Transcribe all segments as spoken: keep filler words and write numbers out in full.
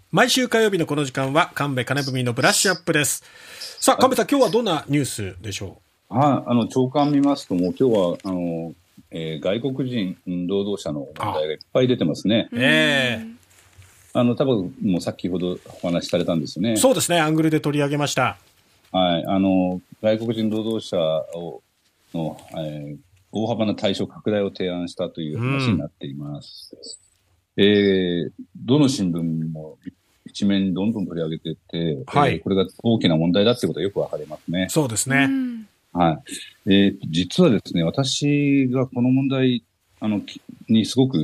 毎週火曜日のこの時間は神戸金文のブラッシュアップです。さあ神戸さん、今日はどんなニュースでしょう。はい、あの朝刊見ますともう今日はあの、えー、外国人労働者の問題がいっぱい出てますね。 ええあの多分もう先ほどお話しされたんですよね。 そうですね、アングルで取り上げました。 はい、あの外国人労働者をの、えー、大幅な対象拡大を提案したという話になっています。うん、えー、どの新聞も一面にどんどん取り上げていて、はい、えー、これが大きな問題だということはよくわかりますね。 そうですね。 はい。えー、実はですね、私がこの問題あのにすごく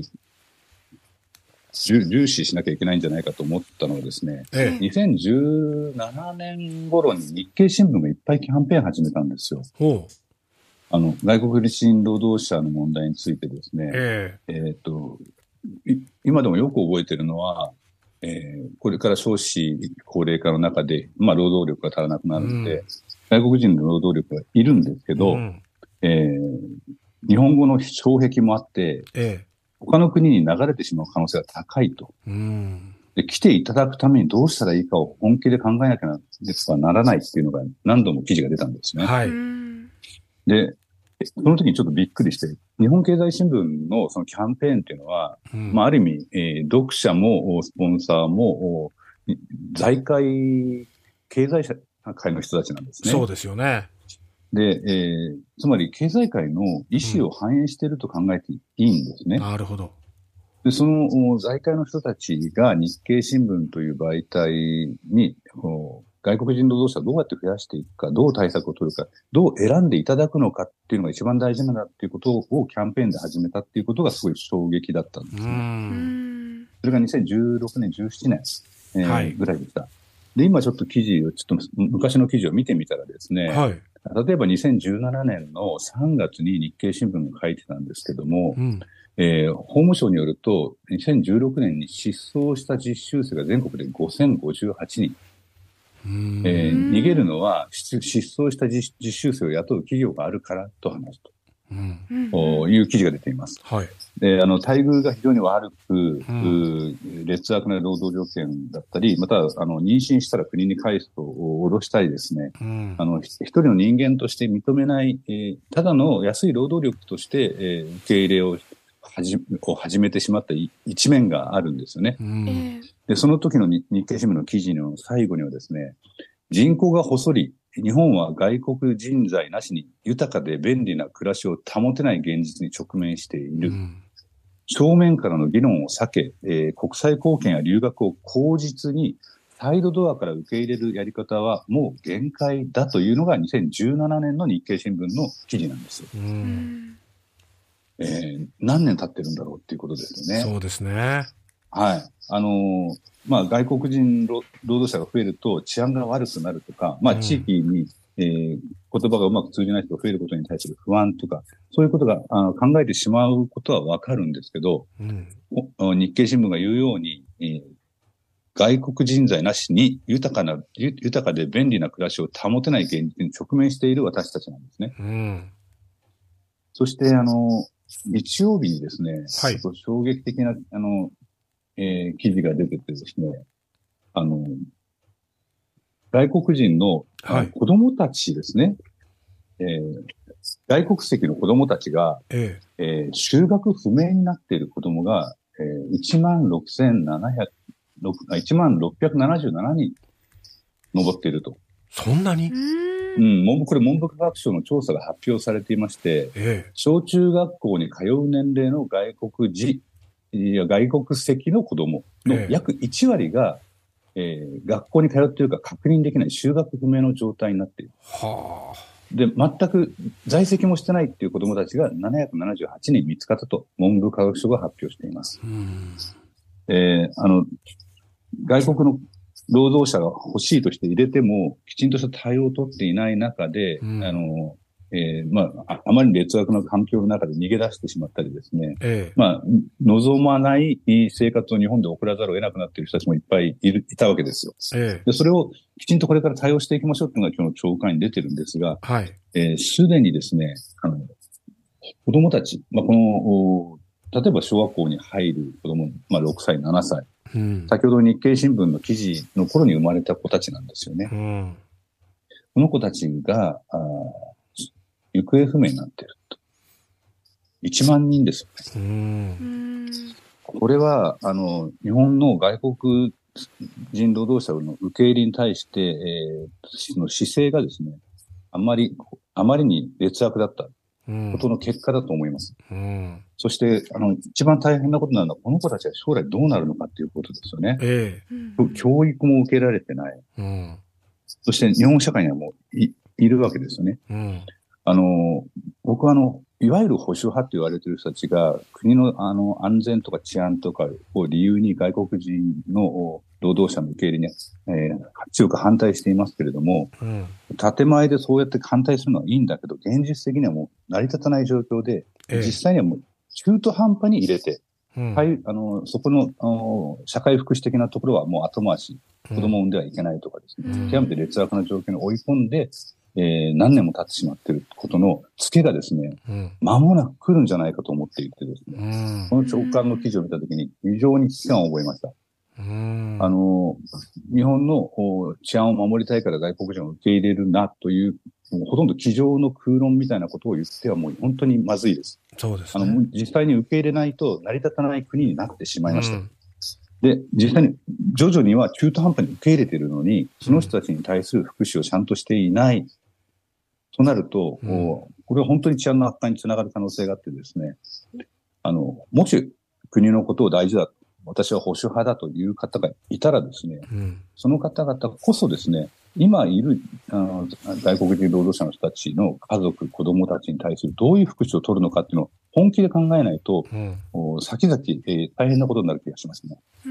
重視しなきゃいけないんじゃないかと思ったのはですね、ええ、にせんじゅうななねん頃に日経新聞がいっぱいキャンペーン始めたんですよ。ほう。あの、外国人労働者の問題についてですね、えええー、と今でもよく覚えているのは、えー、これから少子高齢化の中で、まあ、労働力が足らなくなるので、うん、外国人の労働力がいるんですけど、うん、えー、日本語の障壁もあって、ええ、他の国に流れてしまう可能性が高いと。うん、で、来ていただくためにどうしたらいいかを本気で考えなきゃならないっていうのが何度も記事が出たんですね。はい。で、その時にちょっとびっくりして、日本経済新聞のそのキャンペーンっていうのは、うん、まあある意味、えー、読者もスポンサーも財界経済社会の人たちなんですね。 そうですよね。 で、えー、つまり経済界の意思を反映していると考えていいんですね。 うん、なるほど。 で、その財界の人たちが日経新聞という媒体に、外国人労働者をどうやって増やしていくか、どう対策を取るか、どう選んでいただくのかっていうのが一番大事なんだっていうことをキャンペーンで始めたっていうことがすごい衝撃だったんですね。うんそれがにせんじゅうろくねん、じゅうななねん、えーはい、ぐらいでした。で、今ちょっと記事を、ちょっと昔の記事を見てみたらですね、はい、例えばにせんじゅうななねんのさんがつに日経新聞が書いてたんですけども、うんえー、法務省によると、にせんじゅうろくねんに失踪した実習生が全国でごせんごじゅうはちにん。えー、逃げるのは失踪した実習生を雇う企業があるからと話すと、うん、いう記事が出ています。はい、であの待遇が非常に悪く、うん、劣悪な労働条件だったり、またあの妊娠したら国に返すと脅したりですね、うん、あの一人の人間として認めない、えー、ただの安い労働力として、えー、受け入れをはじを始めてしまった一面があるんですよね。うんで、その時の日経新聞の記事の最後にはですね、人口が細り、日本は外国人材なしに豊かで便利な暮らしを保てない現実に直面している。うん、正面からの議論を避け、えー、国際貢献や留学を口実にサイドドアから受け入れるやり方はもう限界だというのがにせんじゅうななねんの日経新聞の記事なんですよ。うんえー、何年経ってるんだろうっていうことですよね。 そうですね。 はい。あのー、まあ、外国人労働者が増えると治安が悪くなるとか、まあ、地域に、うんえー、言葉がうまく通じない人が増えることに対する不安とか、そういうことがあの考えてしまうことはわかるんですけど、うん、日経新聞が言うように、えー、外国人材なしに豊かな、豊かで便利な暮らしを保てない現実に直面している私たちなんですね。うん、そして、あの、日曜日にですね、はい、衝撃的な、あの、えー、記事が出ててですね、あの、外国人の、はい、子供たちですね、えー、外国籍の子供たちが、えええー、就学不明になっている子供が、えー、いちまんろくせんななひゃく、いちまんろっぴゃくななじゅうななにん上っていると。 そんなに？ うん、これ文部科学省の調査が発表されていまして、ええ、小中学校に通う年齢の外国人、いや外国籍の子供の約いちわりが、ええー、学校に通っているか確認できない就学不明の状態になっている。はあ、で、全く在籍もしてないっていう子供たちがななひゃくななじゅうはちにん見つかったと文部科学省が発表しています。うんえー、あの、外国の労働者が欲しいとして入れても、きちんとした対応を取っていない中で、うん、あの、えー、まあ、あまり劣悪な環境の中で逃げ出してしまったりですね。ええ、まあ、望まない生活を日本で送らざるを得なくなっている人たちもいっぱいいる、いたわけですよ。ええ、で、それをきちんとこれから対応していきましょうっていうのが今日の朝刊に出てるんですが、はい。えー、すでにですね、あの、子供たち、まあ、この、例えば小学校に入る子供、まあ、ろくさい、ななさい。 うん、 先ほど日経新聞の記事の頃に生まれた子たちなんですよね。 うん、 この子たちが、あ行方不明になっていると。いちまんにんですよね。 うん、 これは、あの、日本の外国人労働者の受け入れに対して、えー、その姿勢がですね、あまり、あまりに劣悪だったことの結果だと思います。 うん、そして、あの、一番大変なことなのは、この子たちは将来どうなるのかっていうことですよね。 ええ、教育も受けられてない。 うん、 そして日本社会にはもう い, いるわけですよね。 うん、 あの、僕はあの、いわゆる保守派と言われている人たちが、国のあの安全とか治安とかを理由に外国人の労働者の受け入れに、えー、強く反対していますけれども、うん、建前でそうやって反対するのはいいんだけど、現実的にはもう成り立たない状況で、えー、実際にはもう中途半端に入れて、うん、はい、あの、そこのあの社会福祉的なところはもう後回し、子供を産んではいけないとかですね、うん、極めて劣悪な状況に追い込んで、えー、何年も経ってしまっていることのツケがですね、うん、間もなく来るんじゃないかと思っていてですね、うん、この長官の記事を見たときに非常に危機感を覚えました。うん、あの、日本の治安を守りたいから外国人を受け入れるなという、もうほとんど机上の空論みたいなことを言ってはもう本当にまずいです。 そうですね。 あの、実際に受け入れないと成り立たない国になってしまいました。うん、で、実際に徐々には中途半端に受け入れているのに、その人たちに対する福祉をちゃんとしていない。となると、うん、これは本当に治安の悪化につながる可能性があってですね、あの、もし国のことを大事だ、私は保守派だという方がいたらですね、うん、その方々こそですね、今いるあの外国人労働者の人たちの家族、子供たちに対するどういう福祉を取るのかっていうのを本気で考えないと、うん、先々、えー、大変なことになる気がしますね。うん、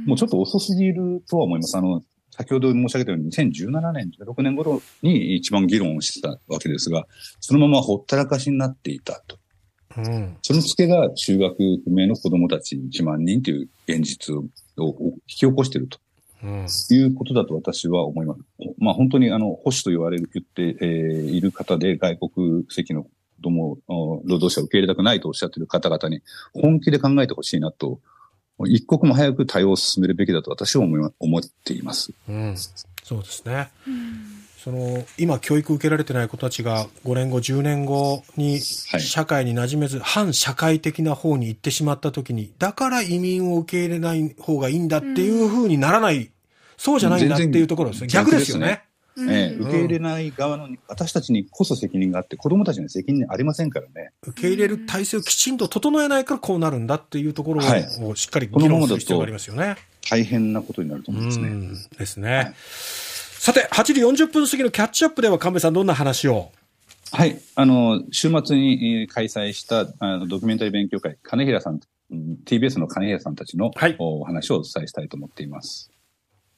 もうちょっと遅すぎるとは思います。あの先ほど申し上げたようににせんじゅうななねん、じゅうろくねん頃に一番議論をしてたわけですが、そのままほったらかしになっていたと。うん、そのツケが中学不明の子供たちいちまんにんという現実を引き起こしていると、うん、いうことだと私は思います。まあ本当にあの保守と言われる、言って、えー、いる方で外国籍の子供、労働者を受け入れたくないとおっしゃっている方々に本気で考えてほしいなと、一刻も早く対応を進めるべきだと私は思い、思っています。 うん、そうですね。うん、その今教育を受けられてない子たちがごねんごじゅうねんごに社会に馴染めず、はい、反社会的な方に行ってしまったときに、だから移民を受け入れない方がいいんだっていうふうにならない、うん、そうじゃないんだっていうところですね。逆ですよね。 ええ、受け入れない側の私たちにこそ責任があって、子供たちに責任ありませんからね。 受け入れる体制をきちんと整えないからこうなるんだっていうところをしっかり議論する必要がありますよね。 大変なことになると思いますね。 うんですね。はい、さて、はちじよんじゅっぷん過ぎのキャッチアップでは神戸さんどんな話を？ はい。あの、週末に開催したあのドキュメンタリー勉強会、金平さん、ティービーエス の金平さんたちの、はい、お話をお伝えしたいと思っています。